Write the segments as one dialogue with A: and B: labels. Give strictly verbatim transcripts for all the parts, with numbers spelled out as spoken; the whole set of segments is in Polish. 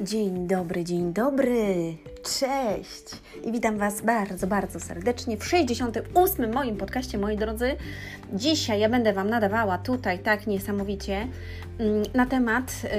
A: Dzień dobry, dzień dobry, cześć i witam Was bardzo, bardzo serdecznie w sześćdziesiątym ósmym moim podcaście, moi drodzy. Dzisiaj ja będę Wam nadawała tutaj tak niesamowicie na temat yy,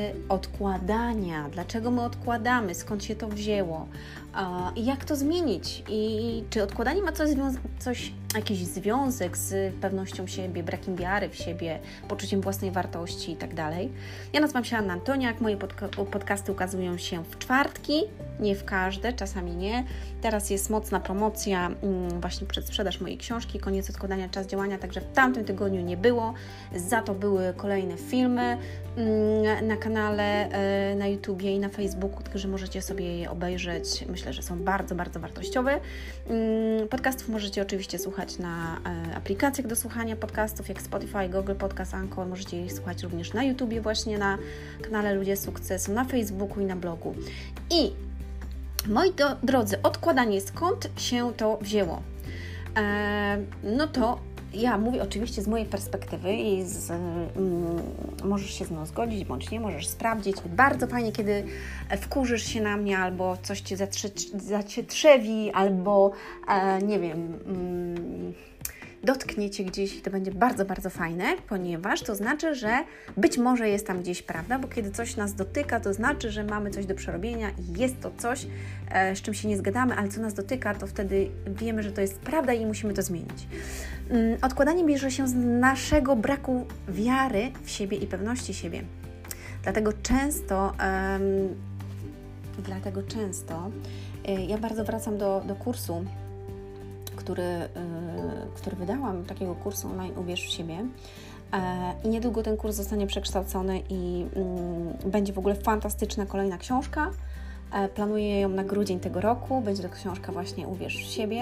A: odkładania, dlaczego my odkładamy, skąd się to wzięło i jak to zmienić i czy odkładanie ma coś, coś, jakiś związek z pewnością siebie, brakiem wiary w siebie, poczuciem własnej wartości i tak dalej. Ja nazywam się Anna Antoniak, moje podca- podcasty ukazują się w czwartki, nie w każde, czasami nie. Teraz jest mocna promocja, mm, właśnie przedsprzedaż mojej książki, koniec odkładania, czas działania, także w tamtym tygodniu nie było, za to były kolejne filmy mm, na kanale, y, na YouTubie i na Facebooku, także możecie sobie je obejrzeć. Myślę, że są bardzo, bardzo wartościowe. Mm, podcastów możecie oczywiście słuchać na y, aplikacjach do słuchania podcastów, jak Spotify, Google Podcast, Anchor. Możecie ich słuchać również na YouTubie, właśnie na kanale Ludzie Sukcesu, na Facebooku i na blogu. I moi do, drodzy, odkładanie, skąd się to wzięło? E, no to ja mówię oczywiście z mojej perspektywy i z, mm, możesz się z mną zgodzić, bądź nie, możesz sprawdzić. Bardzo fajnie, kiedy wkurzysz się na mnie, albo coś Cię zacietrzewi, albo e, nie wiem... Mm, dotkniecie gdzieś i to będzie bardzo, bardzo fajne, ponieważ to znaczy, że być może jest tam gdzieś prawda, bo kiedy coś nas dotyka, to znaczy, że mamy coś do przerobienia i jest to coś, e, z czym się nie zgadzamy, ale co nas dotyka, to wtedy wiemy, że to jest prawda i musimy to zmienić. Um, odkładanie bierze się z naszego braku wiary w siebie i pewności siebie. Dlatego często, um, dlatego często y, ja bardzo wracam do, do kursu, Który, yy, który wydałam, takiego kursu online Uwierz w siebie yy, i niedługo ten kurs zostanie przekształcony i yy, będzie w ogóle fantastyczna kolejna książka. Yy, planuję ją na grudzień tego roku, będzie to książka właśnie Uwierz w siebie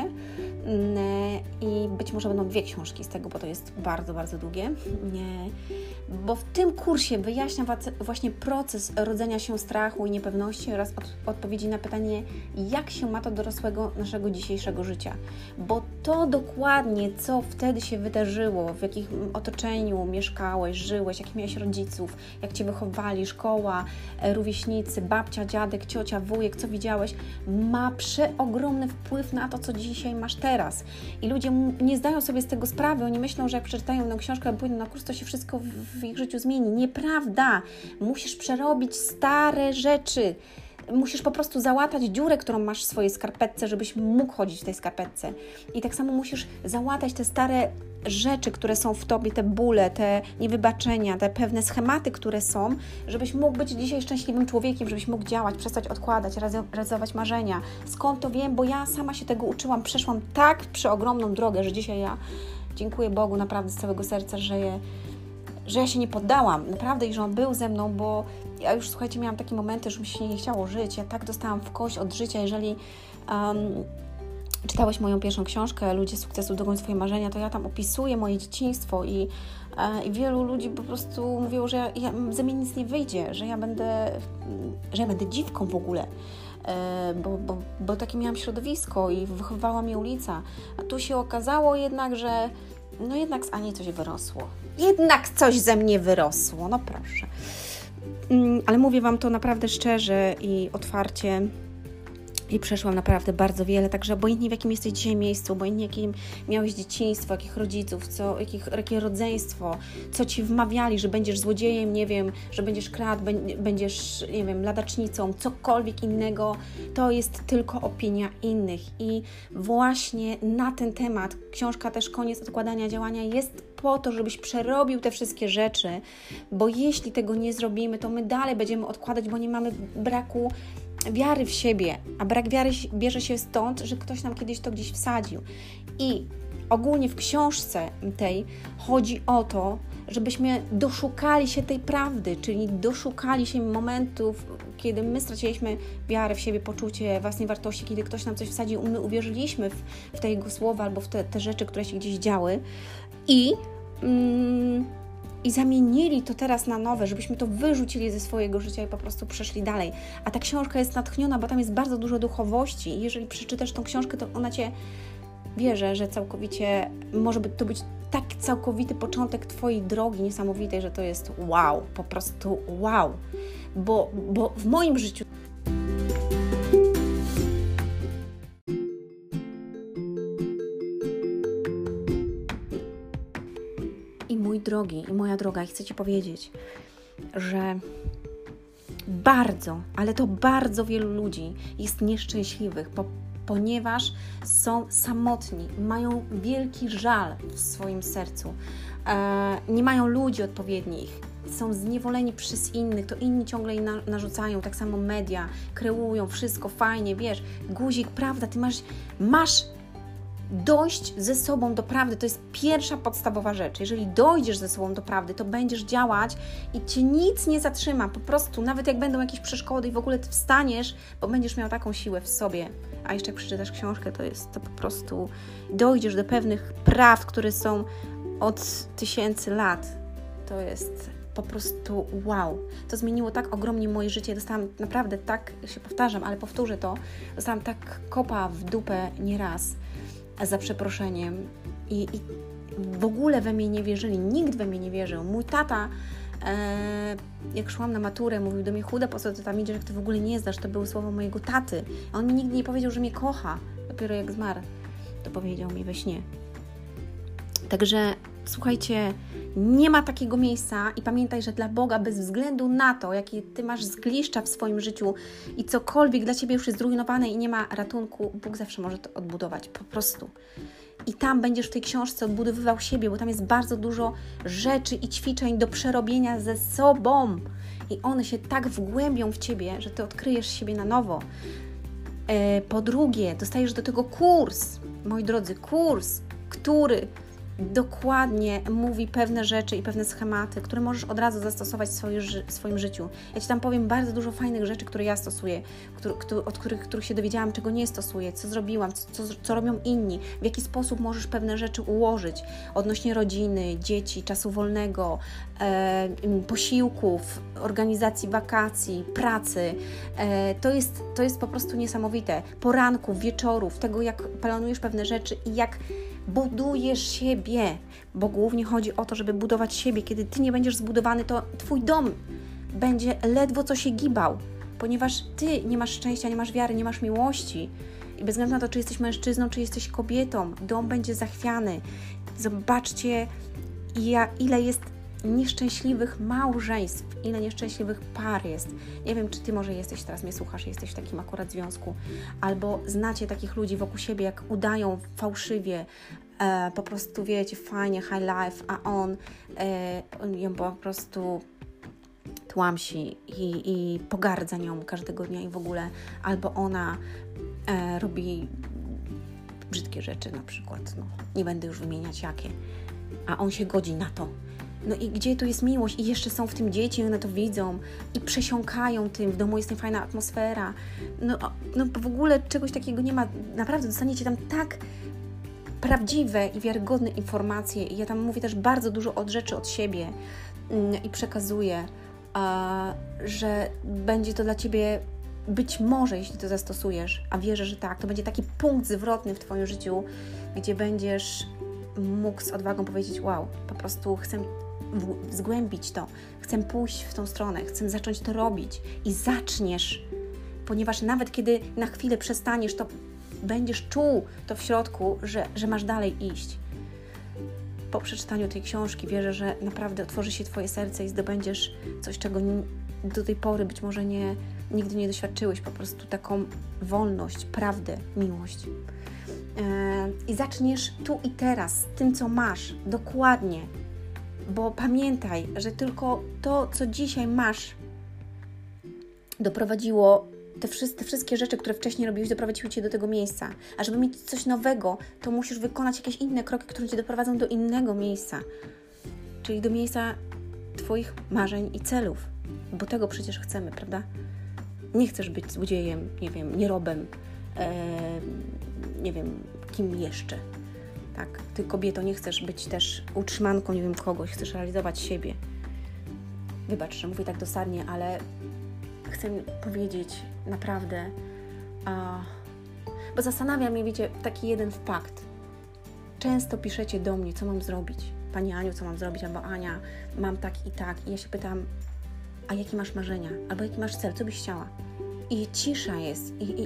A: yy, i być może będą dwie książki z tego, bo to jest bardzo, bardzo długie, yy, bo w tym kursie wyjaśniam właśnie proces rodzenia się strachu i niepewności oraz od, odpowiedzi na pytanie, jak się ma to do dorosłego naszego dzisiejszego życia. Bo to dokładnie, co wtedy się wydarzyło, w jakim otoczeniu mieszkałeś, żyłeś, jakich miałeś rodziców, jak Cię wychowali, szkoła, rówieśnicy, babcia, dziadek, ciocia, wujek, co widziałeś, ma przeogromny wpływ na to, co dzisiaj masz teraz. I ludzie nie zdają sobie z tego sprawy, oni myślą, że jak przeczytają tę książkę albo pójdą na kurs, to się wszystko w, w ich życiu zmieni. Nieprawda! Musisz przerobić stare rzeczy. Musisz po prostu załatać dziurę, którą masz w swojej skarpetce, żebyś mógł chodzić w tej skarpetce. I tak samo musisz załatać te stare rzeczy, które są w Tobie, te bóle, te niewybaczenia, te pewne schematy, które są, żebyś mógł być dzisiaj szczęśliwym człowiekiem, żebyś mógł działać, przestać odkładać, realizować marzenia. Skąd to wiem? Bo ja sama się tego uczyłam, przeszłam tak przeogromną drogę, że dzisiaj ja dziękuję Bogu naprawdę z całego serca, że je że ja się nie poddałam, naprawdę, i że On był ze mną, bo ja już, słuchajcie, miałam takie momenty, że mi się nie chciało żyć. Ja tak dostałam w kość od życia. Jeżeli um, czytałeś moją pierwszą książkę Ludzie Sukcesu, dogoń swoje marzenia, to ja tam opisuję moje dzieciństwo i, e, i wielu ludzi po prostu mówiło, że ja, ja, ze mnie nic nie wyjdzie, że ja będę, że ja będę dziwką w ogóle. Bo, bo, bo takie miałam środowisko i wychowywała mnie ulica. A tu się okazało jednak, że no jednak z Ani coś wyrosło. Jednak coś ze mnie wyrosło, no proszę. Ale mówię Wam to naprawdę szczerze i otwarcie i przeszłam naprawdę bardzo wiele, także obojętnie w jakim jesteś dzisiaj miejscu, obojętnie jakim miałeś dzieciństwo, jakich rodziców, co, jakich, jakie rodzeństwo, co Ci wmawiali, że będziesz złodziejem, nie wiem, że będziesz kradł, będziesz, nie wiem, ladacznicą, cokolwiek innego, to jest tylko opinia innych i właśnie na ten temat książka też Koniec odkładania działania jest po to, żebyś przerobił te wszystkie rzeczy, bo jeśli tego nie zrobimy, to my dalej będziemy odkładać, bo nie mamy braku wiary w siebie, a brak wiary bierze się stąd, że ktoś nam kiedyś to gdzieś wsadził. I ogólnie w książce tej chodzi o to, żebyśmy doszukali się tej prawdy, czyli doszukali się momentów, kiedy my straciliśmy wiarę w siebie, poczucie własnej wartości, kiedy ktoś nam coś wsadził, my uwierzyliśmy w, w te jego słowa albo w te, te rzeczy, które się gdzieś działy i... Mm, i zamienili to teraz na nowe, żebyśmy to wyrzucili ze swojego życia i po prostu przeszli dalej. A ta książka jest natchniona, bo tam jest bardzo dużo duchowości i jeżeli przeczytasz tą książkę, to ona Cię wierzę, że całkowicie może to być tak całkowity początek Twojej drogi niesamowitej, że to jest wow, po prostu wow, bo, bo w moim życiu i mój drogi, i moja droga, i chcę Ci powiedzieć, że bardzo, ale to bardzo wielu ludzi jest nieszczęśliwych, po, ponieważ są samotni, mają wielki żal w swoim sercu, e, nie mają ludzi odpowiednich, są zniewoleni przez innych, to inni ciągle im na, narzucają, tak samo media, kreują wszystko fajnie, wiesz, guzik, prawda, Ty masz, masz dojść ze sobą do prawdy, to jest pierwsza podstawowa rzecz. Jeżeli dojdziesz ze sobą do prawdy, to będziesz działać i Cię nic nie zatrzyma, po prostu, nawet jak będą jakieś przeszkody i w ogóle Ty wstaniesz, bo będziesz miał taką siłę w sobie, a jeszcze jak przeczytasz książkę, to jest to po prostu, dojdziesz do pewnych prawd, które są od tysięcy lat, to jest po prostu wow. To zmieniło tak ogromnie moje życie. Dostałam naprawdę tak, się powtarzam, ale powtórzę to, dostałam tak kopa w dupę nieraz, za przeproszeniem i, i w ogóle we mnie nie wierzyli, nikt we mnie nie wierzył. Mój tata, e, jak szłam na maturę, mówił do mnie: chuda, po co Ty tam idziesz, jak Ty w ogóle nie znasz, to były słowa mojego taty. A on mi nigdy nie powiedział, że mnie kocha. Dopiero jak zmarł, to powiedział mi we śnie. Także słuchajcie, nie ma takiego miejsca i pamiętaj, że dla Boga, bez względu na to, jakie Ty masz zgliszcza w swoim życiu i cokolwiek dla Ciebie już jest zrujnowane i nie ma ratunku, Bóg zawsze może to odbudować, po prostu. I tam będziesz w tej książce odbudowywał siebie, bo tam jest bardzo dużo rzeczy i ćwiczeń do przerobienia ze sobą i one się tak wgłębią w Ciebie, że Ty odkryjesz siebie na nowo. E, po drugie, dostajesz do tego kurs, moi drodzy, kurs, który dokładnie mówi pewne rzeczy i pewne schematy, które możesz od razu zastosować w, swoje, w swoim życiu. Ja Ci tam powiem bardzo dużo fajnych rzeczy, które ja stosuję, który, od których, których się dowiedziałam, czego nie stosuję, co zrobiłam, co, co robią inni, w jaki sposób możesz pewne rzeczy ułożyć odnośnie rodziny, dzieci, czasu wolnego, e, posiłków, organizacji wakacji, pracy. E, to jest, to jest po prostu niesamowite. Poranków, wieczorów, tego jak planujesz pewne rzeczy i jak budujesz siebie, bo głównie chodzi o to, żeby budować siebie. Kiedy Ty nie będziesz zbudowany, to Twój dom będzie ledwo co się gibał, ponieważ Ty nie masz szczęścia, nie masz wiary, nie masz miłości i bez względu na to, czy jesteś mężczyzną, czy jesteś kobietą, dom będzie zachwiany. Zobaczcie, ile jest nieszczęśliwych małżeństw, ile nieszczęśliwych par jest. Nie wiem, czy Ty może jesteś, teraz mnie słuchasz, jesteś w takim akurat związku, albo znacie takich ludzi wokół siebie, jak udają fałszywie, e, po prostu wiecie, fajnie, high life, a on, e, on ją po prostu tłamsi i, i pogardza nią każdego dnia i w ogóle, albo ona e, robi brzydkie rzeczy na przykład, no, nie będę już wymieniać jakie, a on się godzi na to. No i gdzie tu jest miłość? I jeszcze są w tym dzieci, one to widzą i przesiąkają tym, w domu jest fajna atmosfera. No, no w ogóle czegoś takiego nie ma. Naprawdę dostaniecie tam tak prawdziwe i wiarygodne informacje i ja tam mówię też bardzo dużo od rzeczy od siebie yy, i przekazuję, yy, że będzie to dla Ciebie być może, jeśli to zastosujesz, a wierzę, że tak, to będzie taki punkt zwrotny w Twoim życiu, gdzie będziesz mógł z odwagą powiedzieć: wow, po prostu chcę w- zgłębić to, chcę pójść w tą stronę, chcę zacząć to robić i zaczniesz, ponieważ nawet kiedy na chwilę przestaniesz, to będziesz czuł to w środku, że, że masz dalej iść. Po przeczytaniu tej książki wierzę, że naprawdę otworzy się Twoje serce i zdobędziesz coś, czego do tej pory być może nie, nigdy nie doświadczyłeś, po prostu taką wolność, prawdę, miłość. I zaczniesz tu i teraz, tym co masz, dokładnie, bo pamiętaj, że tylko to, co dzisiaj masz, doprowadziło, te, wszyscy, te wszystkie rzeczy, które wcześniej robiłeś, doprowadziły Cię do tego miejsca, a żeby mieć coś nowego, to musisz wykonać jakieś inne kroki, które Cię doprowadzą do innego miejsca, czyli do miejsca Twoich marzeń i celów, bo tego przecież chcemy, prawda? Nie chcesz być złodziejem, nie wiem, nierobem, e, nie wiem, kim jeszcze, tak? Ty, kobieto, nie chcesz być też utrzymanką, nie wiem, kogoś, chcesz realizować siebie. Wybacz, że mówię tak dosadnie, ale chcę powiedzieć naprawdę, a, bo zastanawia mnie, wiecie, taki jeden fakt. często piszecie do mnie, co mam zrobić. Pani Aniu, co mam zrobić? Albo Ania, mam tak i tak. I ja się pytam, a jakie masz marzenia? Albo jaki masz cel? Co byś chciała? I cisza jest. I, i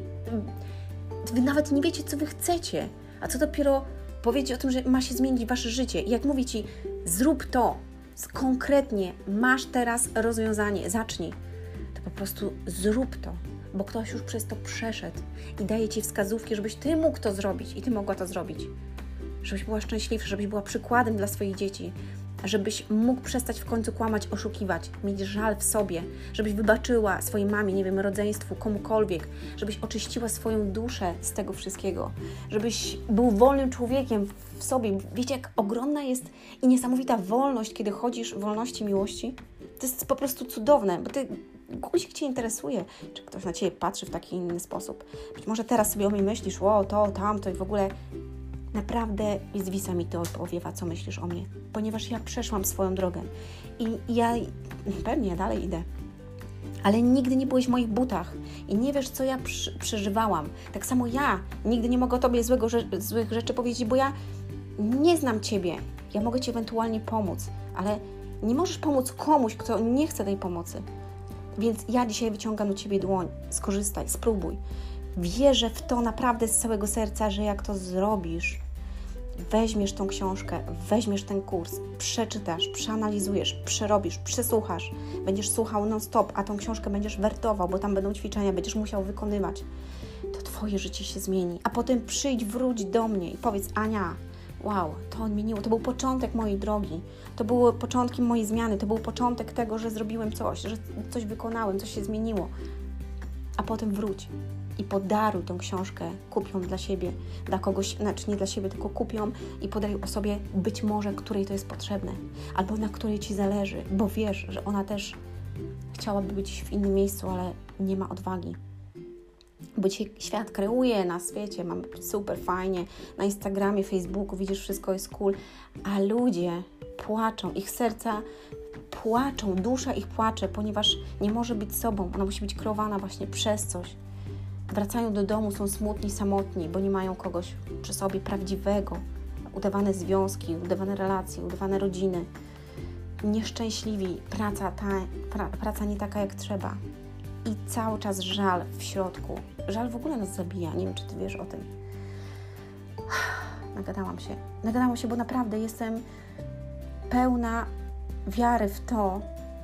A: wy nawet nie wiecie, co wy chcecie. A co dopiero powiedzieć o tym, że ma się zmienić wasze życie. I jak mówię ci, zrób to. Konkretnie masz teraz rozwiązanie. Zacznij. To po prostu zrób to. Bo ktoś już przez to przeszedł i daje ci wskazówki, żebyś ty mógł to zrobić i ty mogła to zrobić. Żebyś była szczęśliwsza, żebyś była przykładem dla swoich dzieci. Żebyś mógł przestać w końcu kłamać, oszukiwać, mieć żal w sobie, żebyś wybaczyła swojej mamie, nie wiem, rodzeństwu, komukolwiek, żebyś oczyściła swoją duszę z tego wszystkiego, żebyś był wolnym człowiekiem w sobie. Wiecie, jak ogromna jest i niesamowita wolność, kiedy chodzisz w wolności miłości? To jest po prostu cudowne, bo ty, guzik Cię interesuje, czy ktoś na Ciebie patrzy w taki inny sposób. Być może teraz sobie o mnie myślisz, o, to, tamto i w ogóle. Naprawdę zwisa mi to powiewa, co myślisz o mnie, ponieważ ja przeszłam swoją drogę i ja pewnie ja dalej idę, ale nigdy nie byłeś w moich butach i nie wiesz, co ja przy, przeżywałam. Tak samo ja nigdy nie mogę o Tobie złego, złych rzeczy powiedzieć, bo ja nie znam Ciebie. Ja mogę Ci ewentualnie pomóc, ale nie możesz pomóc komuś, kto nie chce tej pomocy. Więc ja dzisiaj wyciągam do Ciebie dłoń. Skorzystaj, spróbuj. Wierzę w to naprawdę z całego serca, że jak to zrobisz, weźmiesz tą książkę, weźmiesz ten kurs, przeczytasz, przeanalizujesz, przerobisz, przesłuchasz, będziesz słuchał non-stop, a tą książkę będziesz wertował, bo tam będą ćwiczenia, będziesz musiał wykonywać, to Twoje życie się zmieni. A potem przyjdź, wróć do mnie i powiedz, Ania, wow, to odmieniło, to był początek mojej drogi, to były początki mojej zmiany, to był początek tego, że zrobiłem coś, że coś wykonałem, coś się zmieniło. A potem wróć i podaruj tą książkę, kup ją dla siebie, dla kogoś, znaczy nie dla siebie, tylko kup ją i podaj osobie być może, której to jest potrzebne, albo na której Ci zależy, bo wiesz, że ona też chciałaby być w innym miejscu, ale nie ma odwagi. Bo dzisiaj świat kreuje na świecie, mamy super fajnie, na Instagramie, Facebooku, widzisz, wszystko jest cool, a ludzie płaczą, ich serca płaczą, dusza ich płacze, ponieważ nie może być sobą, ona musi być kreowana właśnie przez coś. Wracają do domu, są smutni, samotni, bo nie mają kogoś przy sobie prawdziwego. Udawane związki, udawane relacje, udawane rodziny. Nieszczęśliwi, praca, ta, pra, praca nie taka jak trzeba. I cały czas żal w środku. Żal w ogóle nas zabija, nie wiem, czy Ty wiesz o tym. Nagadałam się. Nagadałam się, bo naprawdę jestem pełna wiary w to,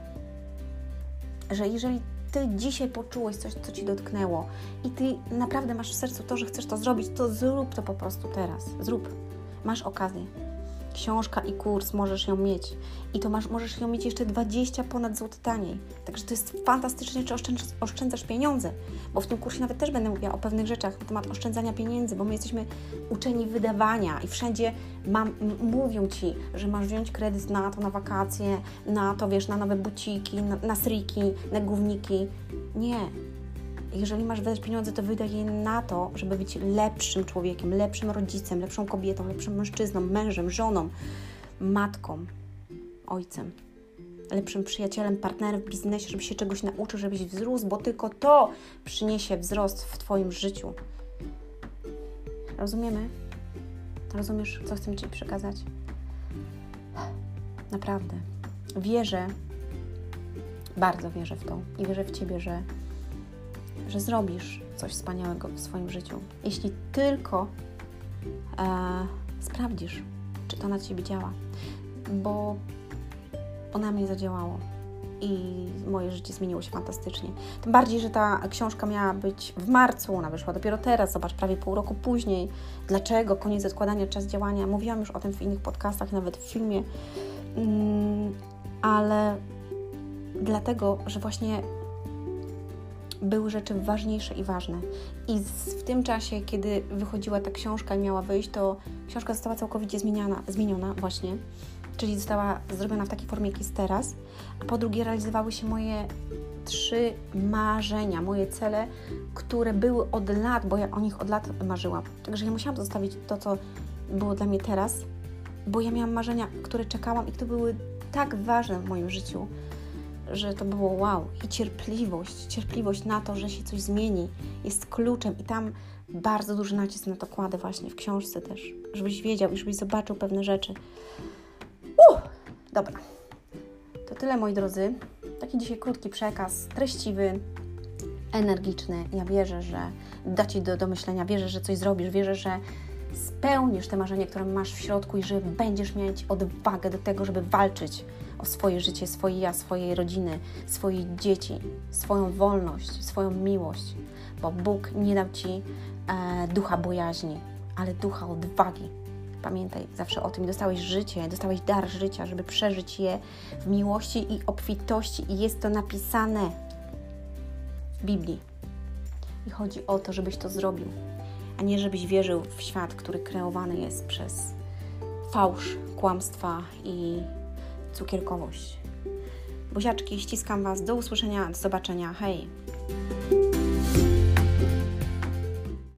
A: że jeżeli Ty dzisiaj poczułeś coś, co Ci dotknęło i Ty naprawdę masz w sercu to, że chcesz to zrobić, to zrób to po prostu teraz. Zrób. Masz okazję. Książka i kurs, możesz ją mieć. I to masz, możesz ją mieć jeszcze dwadzieścia ponad złotych taniej. Także to jest fantastycznie, czy oszczędzasz, oszczędzasz pieniądze. Bo w tym kursie nawet też będę mówiła o pewnych rzeczach na temat oszczędzania pieniędzy, bo my jesteśmy uczeni wydawania i wszędzie mam, mówią Ci, że masz wziąć kredyt na to, na wakacje, na to, wiesz, na nowe buciki, na, na striki, na gówniki. Nie. Jeżeli masz wydać pieniądze, to wydaj je na to, żeby być lepszym człowiekiem, lepszym rodzicem, lepszą kobietą, lepszym mężczyzną, mężem, żoną, matką, ojcem, lepszym przyjacielem, partnerem w biznesie, żebyś się czegoś nauczył, żebyś wzrósł, bo tylko to przyniesie wzrost w Twoim życiu. Rozumiemy? Rozumiesz, co chcę Ci przekazać? Naprawdę. Wierzę, bardzo wierzę w to i wierzę w Ciebie, że że zrobisz coś wspaniałego w swoim życiu. Jeśli tylko e, sprawdzisz, czy to na Ciebie działa. Bo ona mnie zadziałało i moje życie zmieniło się fantastycznie. Tym bardziej, że ta książka miała być w marcu, ona wyszła dopiero teraz, zobacz, prawie pół roku później. Dlaczego? Koniec odkładania, czas działania. Mówiłam już o tym w innych podcastach, nawet w filmie. Mm, ale dlatego, że właśnie były rzeczy ważniejsze i ważne. I w tym czasie, kiedy wychodziła ta książka i miała wyjść, to książka została całkowicie zmieniana, zmieniona właśnie, czyli została zrobiona w takiej formie, jak jest teraz. A po drugie, realizowały się moje trzy marzenia, moje cele, które były od lat, bo ja o nich od lat marzyłam. Także ja musiałam zostawić to, co było dla mnie teraz, bo ja miałam marzenia, które czekałam i które były tak ważne w moim życiu, że to było wow. I cierpliwość, cierpliwość na to, że się coś zmieni, jest kluczem i tam bardzo duży nacisk na to kładę właśnie w książce też, żebyś wiedział i żebyś zobaczył pewne rzeczy. Uh, dobra, to tyle, moi drodzy. Taki dzisiaj krótki przekaz, treściwy, energiczny. Ja wierzę, że da Ci do, do myślenia, wierzę, że coś zrobisz, wierzę, że spełnisz te marzenie, które masz w środku i że będziesz mieć odwagę do tego, żeby walczyć o swoje życie, swoje ja, swojej rodziny, swoje dzieci, swoją wolność, swoją miłość, bo Bóg nie dał Ci e, ducha bojaźni, ale ducha odwagi. Pamiętaj zawsze o tym. Dostałeś życie, dostałeś dar życia, żeby przeżyć je w miłości i obfitości i jest to napisane w Biblii. I chodzi o to, żebyś to zrobił, a nie żebyś wierzył w świat, który kreowany jest przez fałsz, kłamstwa i cukierkowość. Buziaczki, ściskam Was. Do usłyszenia, do zobaczenia. Hej!